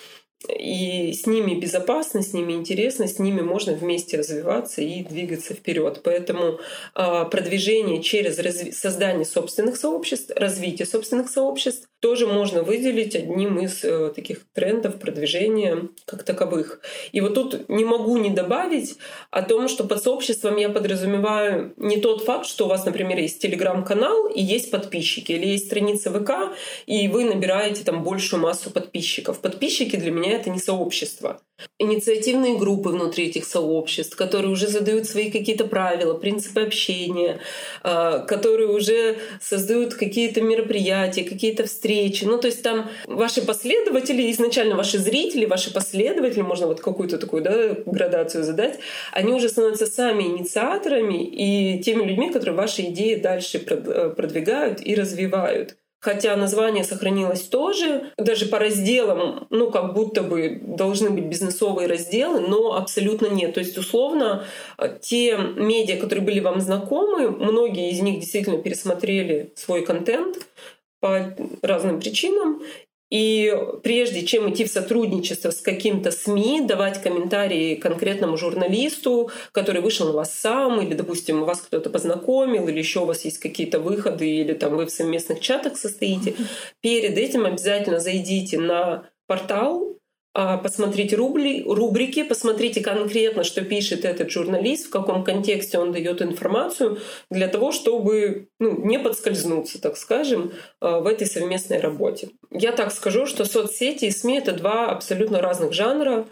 и с ними безопасно, с ними интересно, с ними можно вместе развиваться и двигаться вперед. Поэтому э, продвижение через разви- создание собственных сообществ, развитие собственных сообществ тоже можно выделить одним из э, таких трендов продвижения как таковых. И вот тут не могу не добавить о том, что под сообществом я подразумеваю не тот факт, что у вас, например, есть телеграм-канал и есть подписчики, или есть страница ВК, и вы набираете там большую массу подписчиков. Подписчики для меня — это не сообщество. Инициативные группы внутри этих сообществ, которые уже задают свои какие-то правила, принципы общения, которые уже создают какие-то мероприятия, какие-то встречи. Ну, то есть там ваши последователи, изначально ваши зрители, ваши последователи, можно вот какую-то такую, да, градацию задать, они уже становятся сами инициаторами и теми людьми, которые ваши идеи дальше продвигают и развивают. Хотя название сохранилось тоже, даже по разделам, ну, как будто бы должны быть бизнесовые разделы, но абсолютно нет. То есть, условно, те медиа, которые были вам знакомы, многие из них действительно пересмотрели свой контент по разным причинам. И прежде чем идти в сотрудничество с каким-то СМИ, давать комментарии конкретному журналисту, который вышел на вас сам, или, допустим, вас кто-то познакомил, или еще у вас есть какие-то выходы, или там вы в совместных чатах состоите, mm-hmm. перед этим обязательно зайдите на портал, посмотрите рубли, рубрики, посмотрите конкретно, что пишет этот журналист, в каком контексте он дает информацию, для того, чтобы ну, не подскользнуться, так скажем, в этой совместной работе. Я так скажу, что соцсети и СМИ — это два абсолютно разных жанра.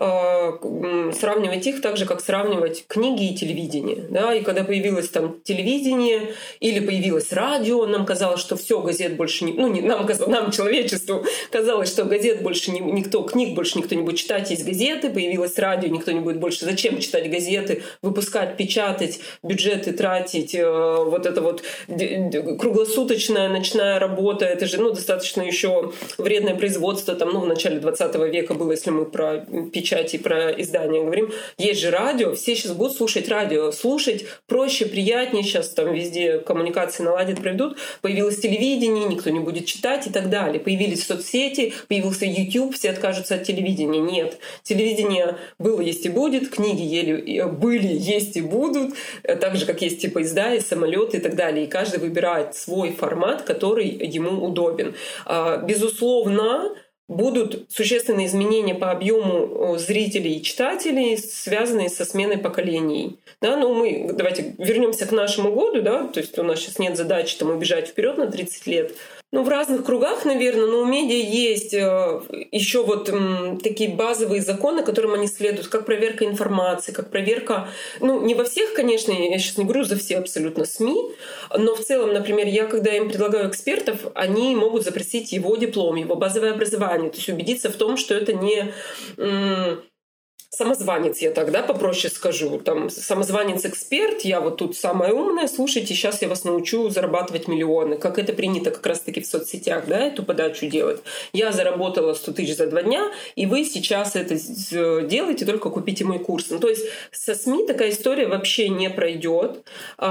Сравнивать их так же, как сравнивать книги и телевидение. Да? И когда появилось там телевидение или появилось радио, нам казалось, что все, газет больше не... Ну, не нам, нам, человечеству, казалось, что газет больше не, никто, книг больше никто не будет читать, есть газеты, появилось радио, никто не будет больше. Зачем читать газеты, выпускать, печатать, бюджеты тратить, э, вот это вот круглосуточная ночная работа, это же ну, достаточно еще вредное производство, там, ну, в начале двадцатого века было, если мы про печать и про издание говорим. Есть же радио, все сейчас будут слушать радио. Слушать проще, приятнее, сейчас там везде коммуникации наладят, проведут. Появилось телевидение, никто не будет читать и так далее. Появились соцсети, появился YouTube, все откажутся от телевидения. Нет. Телевидение было, есть и будет, книги ели, были, есть и будут, так же, как есть типа поезда и самолеты и так далее. И каждый выбирает свой формат, который ему удобен. Безусловно, будут существенные изменения по объему зрителей и читателей, связанные со сменой поколений. Да, ну мы давайте вернемся к нашему году, да, то есть у нас сейчас нет задачи там убежать вперед на тридцать лет. Ну, в разных кругах, наверное, но у медиа есть еще вот м, такие базовые законы, которым они следуют, как проверка информации, как проверка, ну, не во всех, конечно, я сейчас не говорю за все абсолютно СМИ, но в целом, например, я, когда им предлагаю экспертов, они могут запросить его диплом, его базовое образование, то есть убедиться в том, что это не... М, самозванец, я тогда попроще скажу. Там самозванец-эксперт, я вот тут самая умная, слушайте, сейчас я вас научу зарабатывать миллионы. Как это принято как раз-таки в соцсетях, да, эту подачу делать. Я заработала сто тысяч за два дня, и вы сейчас это делаете, только купите мой курс. Ну, то есть со СМИ такая история вообще не пройдет.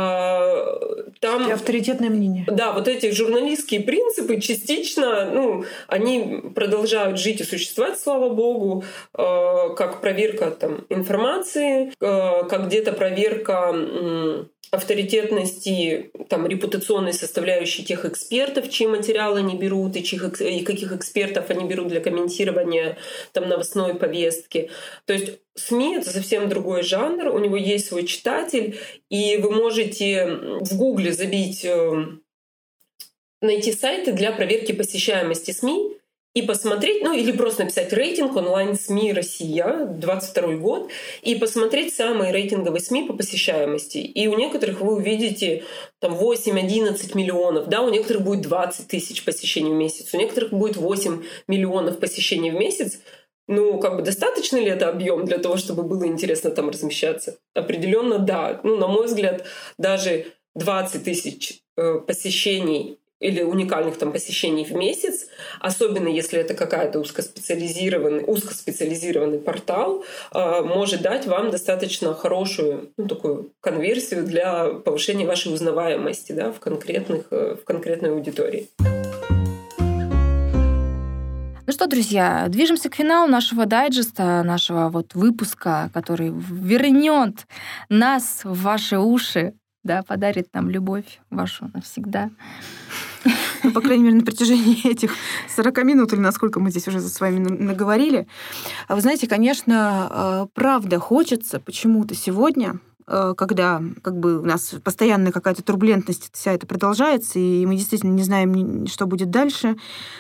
Там... И авторитетное мнение. Да, вот эти журналистские принципы частично, ну, они продолжают жить и существовать, слава богу, как проверка там, информации, как где-то проверка авторитетности, там, репутационной составляющей тех экспертов, чьи материалы они берут, и, чьих, и каких экспертов они берут для комментирования там, новостной повестки. То есть СМИ — это совсем другой жанр, у него есть свой читатель, и вы можете в Гугле забить, найти сайты для проверки посещаемости СМИ, и посмотреть, ну или просто написать рейтинг онлайн-СМИ «Россия», двадцать второй год, и посмотреть самые рейтинговые СМИ по посещаемости. И у некоторых вы увидите там восемь-одиннадцать миллионов, да, у некоторых будет двадцать тысяч посещений в месяц, у некоторых будет восемь миллионов посещений в месяц. Ну, как бы достаточно ли это объем для того, чтобы было интересно там размещаться? Определенно, да. Ну, на мой взгляд, даже двадцать тысяч э, посещений или уникальных там посещений в месяц, особенно если это какая-то узкоспециализированный, узкоспециализированный портал, может дать вам достаточно хорошую ну, такую конверсию для повышения вашей узнаваемости да, в, конкретных, в конкретной аудитории. Ну что, друзья, движемся к финалу нашего дайджеста, нашего вот выпуска, который вернет нас в ваши уши, да, подарит нам любовь вашу навсегда. Ну, по крайней мере, на протяжении этих сорок минут, или насколько мы здесь уже с вами наговорили. А вы знаете, конечно, правда хочется почему-то сегодня, когда как бы у нас постоянная какая-то турбулентность вся это продолжается, и мы действительно не знаем, что будет дальше,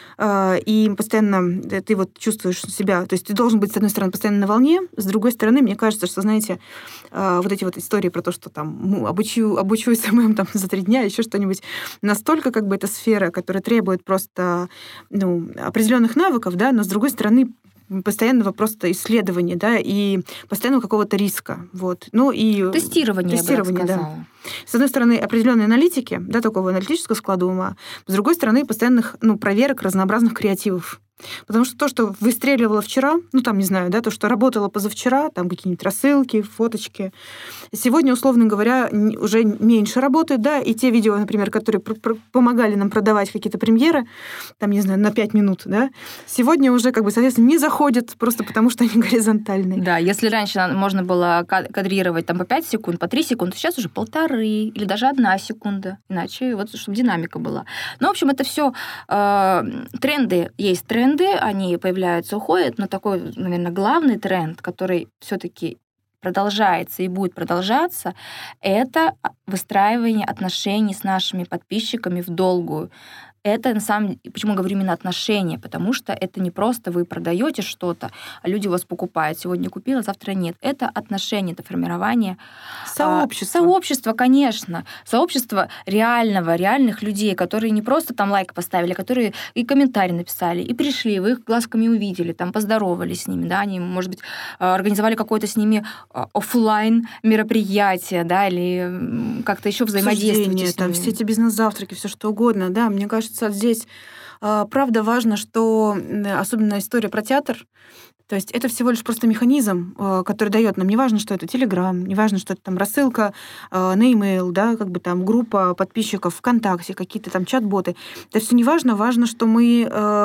и постоянно ты вот чувствуешь себя, то есть ты должен быть, с одной стороны, постоянно на волне, с другой стороны, мне кажется, что, знаете, вот эти вот истории про то, что там ну, обучу, обучу эс эм эм там, за три дня, еще что-нибудь, настолько как бы эта сфера, которая требует просто ну, определенных навыков, да, но с другой стороны, постоянного просто исследования, да, и постоянного какого-то риска. Вот. Ну, и тестирование, тестирование, я бы так да. С одной стороны, определенной аналитики, да, такого аналитического склада ума, с другой стороны, постоянных ну, проверок разнообразных креативов. Потому что то, что выстреливало вчера, ну, там, не знаю, да, то, что работало позавчера, там какие-нибудь рассылки, фоточки, сегодня, условно говоря, уже меньше работает, да, и те видео, например, которые помогали нам продавать какие-то премьеры, там, не знаю, на пять минут, да, сегодня уже, как бы, соответственно, не заходят просто потому, что они горизонтальные. Да, если раньше можно было кадрировать там по пять секунд, по три секунды, сейчас уже полторы или даже одна секунда, иначе вот, чтобы динамика была. Ну, в общем, это все э, тренды, есть тренды, они появляются, уходят, но такой, наверное, главный тренд, который все-таки продолжается и будет продолжаться, это выстраивание отношений с нашими подписчиками в долгую. Это, на самом деле, почему говорю именно отношения, потому что это не просто вы продаете что-то, а люди у вас покупают. Сегодня купила, завтра нет. Это отношения, это формирование сообщества. А, сообщества, конечно. Сообщество реального, реальных людей, которые не просто там лайк поставили, которые и комментарий написали, и пришли, вы их глазками увидели, там поздоровались с ними, да, они, может быть, организовали какое-то с ними офлайн мероприятие, да, или как-то еще взаимодействовать с ними. Там все эти бизнес-завтраки, все что угодно, да, мне кажется, здесь правда важно, что особенно история про театр, то есть это всего лишь просто механизм, который дает нам, не важно, что это Telegram, не важно, что это там рассылка на e-mail, да, как бы там группа подписчиков ВКонтакте, какие-то там чат-боты. Это все не важно, важно, что мы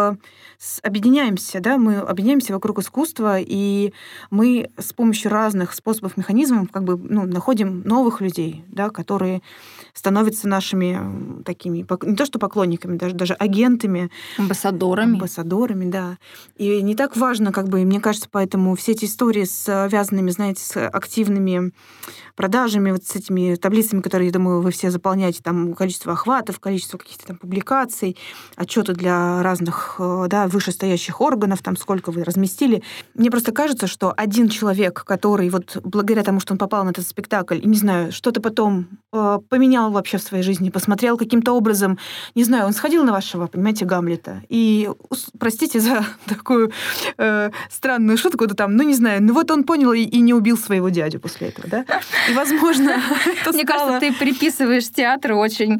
объединяемся, да, мы объединяемся вокруг искусства, и мы с помощью разных способов, механизмов как бы ну, находим новых людей, да, которые становятся нашими такими, не то что поклонниками, даже, даже агентами. Амбассадорами. Амбассадорами, да. И не так важно, как бы, мне кажется, поэтому все эти истории, связанными, знаете, с активными продажами, вот с этими таблицами, которые, я думаю, вы все заполняете, там количество охватов, количество каких-то там публикаций, отчеты для разных, да, вышестоящих органов, там сколько вы разместили. Мне просто кажется, что один человек, который вот благодаря тому, что он попал на этот спектакль, и, не знаю, что-то потом э, поменял вообще в своей жизни, посмотрел каким-то образом, не знаю, он сходил на вашего, понимаете, Гамлета, и, простите за такую э, странную шутку, да там, ну, не знаю, ну вот он понял и, и не убил своего дядю после этого, да? И, возможно, мне кажется, ты приписываешь театру очень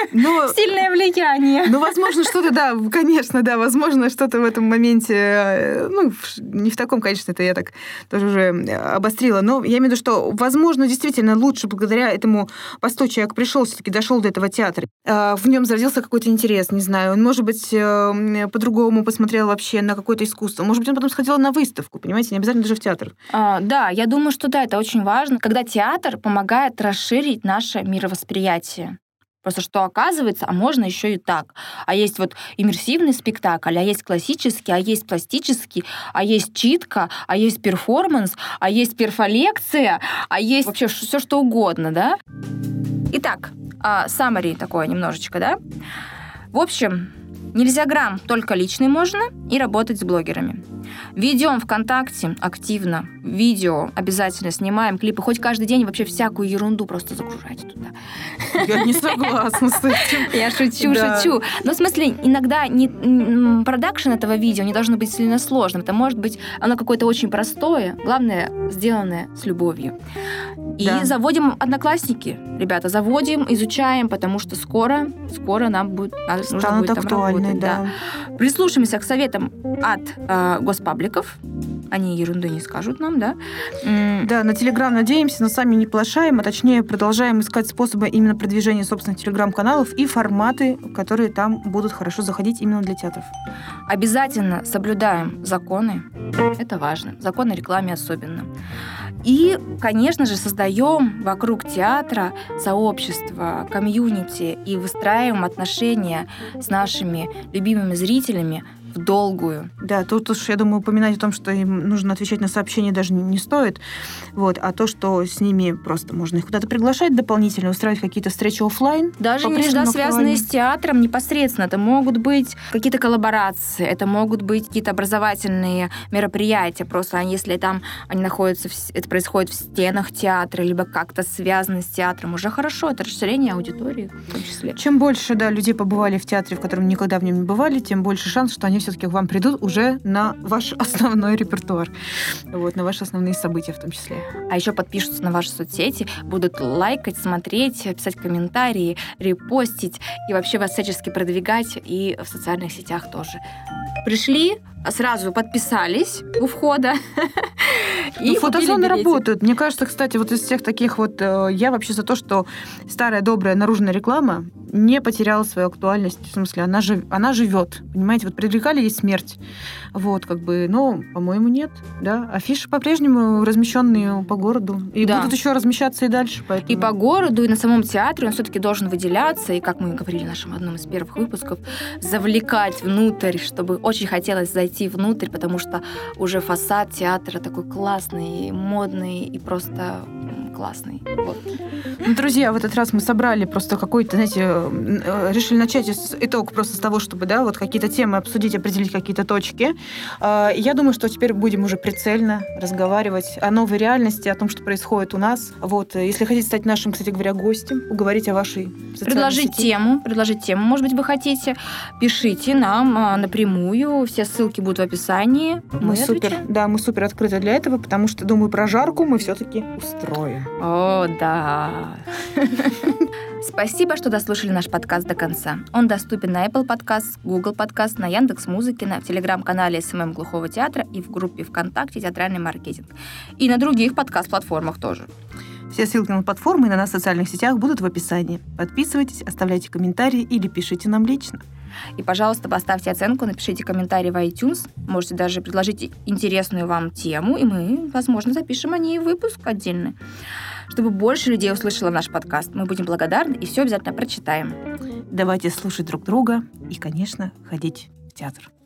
сильное влияние. Ну, возможно, что-то, да, конечно, да, возможно, что-то в этом моменте, ну, не в таком, конечно, это я так тоже уже обострила, но я имею в виду, что, возможно, действительно лучше благодаря этому посту человек пришел, все-таки дошел до этого театра, в нем зародился какой-то интерес, не знаю, он, может быть, по-другому посмотрел вообще на какое-то искусство, может быть, он потом сходил на выставку, понимаете, не обязательно даже в театр. А, да, я думаю, что да, это очень важно, когда театр помогает расширить наше мировосприятие. Просто что оказывается, а можно еще и так. А есть вот иммерсивный спектакль, а есть классический, а есть пластический, а есть читка, а есть перформанс, а есть перфолекция, а есть вообще все что угодно, да? Итак, summary такое немножечко, да? В общем, нельзя грамм, только личный можно, и работать с блогерами. Ведем ВКонтакте активно, видео обязательно снимаем, клипы, хоть каждый день вообще всякую ерунду просто загружайте туда. Я не согласна с этим. Я шучу, да. шучу. Но в смысле, иногда не, продакшн этого видео не должно быть сильно сложным. Это может быть оно какое-то очень простое, главное, сделанное с любовью. И да. заводим Одноклассники. Ребята, заводим, изучаем, потому что скоро, скоро нам будет, надо, нужно будет там работать. Да. Да. Прислушаемся к советам от э, госпабликов. они ерунды не скажут нам, да? Да, на Телеграм надеемся, но сами не плашаем, а точнее продолжаем искать способы именно продвижения собственных Телеграм-каналов и форматы, которые там будут хорошо заходить именно для театров. Обязательно соблюдаем законы. Это важно. Законы о рекламе особенно. И, конечно же, создаем вокруг театра сообщество, комьюнити и выстраиваем отношения с нашими любимыми зрителями в долгую. Да, тут уж, я думаю, упоминать о том, что им нужно отвечать на сообщения, даже не стоит. Вот, а то, что с ними просто можно их куда-то приглашать дополнительно, устраивать какие-то встречи офлайн. Даже не всегда связанные с театром непосредственно. Это могут быть какие-то коллаборации, это могут быть какие-то образовательные мероприятия. Просто если там они находятся, в, это происходит в стенах театра, либо как-то связано с театром, уже хорошо. Это расширение аудитории в том числе. Чем больше, да, людей побывали в театре, в котором никогда в нем не бывали, тем больше шанс, что они все-таки к вам придут уже на ваш основной репертуар, вот, на ваши основные события в том числе. А еще подпишутся на ваши соцсети, будут лайкать, смотреть, писать комментарии, репостить и вообще вас всячески продвигать и в социальных сетях тоже. Пришли, сразу подписались у входа. И фотозоны работают. Мне кажется, кстати, вот из всех таких вот... Я вообще за то, что старая добрая наружная реклама не потеряла свою актуальность. В смысле, она, жив, она живет. Понимаете, вот предрекали ей смерть. Вот, как бы, но, по-моему, нет. Да? Афиши по-прежнему размещенные по городу. И да. будут еще размещаться и дальше. Поэтому... И по городу, и на самом театре он все-таки должен выделяться. И, как мы говорили в нашем одном из первых выпусков, завлекать внутрь, чтобы очень хотелось зайти внутрь, потому что уже фасад театра такой классный, модный и просто классный. Вот. Ну, друзья, в этот раз мы собрали просто какой-то, знаете, решили начать итог просто с того, чтобы, да, вот какие-то темы обсудить, определить какие-то точки. Я думаю, что теперь будем уже прицельно разговаривать о новой реальности, о том, что происходит у нас. Вот, если хотите стать нашим, кстати говоря, гостем, уговорить о вашей социальной Предложить сети. тему, предложить тему, может быть, вы хотите, пишите нам напрямую, все ссылки будут в описании. Мы, мы супер, да, мы супер открыты для этого, потому что, думаю, прожарку мы все-таки устроим. О, да. Спасибо, что дослушали наш подкаст до конца. Он доступен на Apple Podcast, Google Podcast, на Яндекс.Музыке, на телеграм-канале эс эм эм Глухого театра и в группе ВКонтакте «Театральный маркетинг». И на других подкаст-платформах тоже. Все ссылки на платформы и на нас в социальных сетях будут в описании. Подписывайтесь, оставляйте комментарии или пишите нам лично. И, пожалуйста, поставьте оценку, напишите комментарий в iTunes. Можете даже предложить интересную вам тему, и мы, возможно, запишем о ней выпуск отдельный. Чтобы больше людей услышало наш подкаст, мы будем благодарны и все обязательно прочитаем. Давайте слушать друг друга и, конечно, ходить в театр.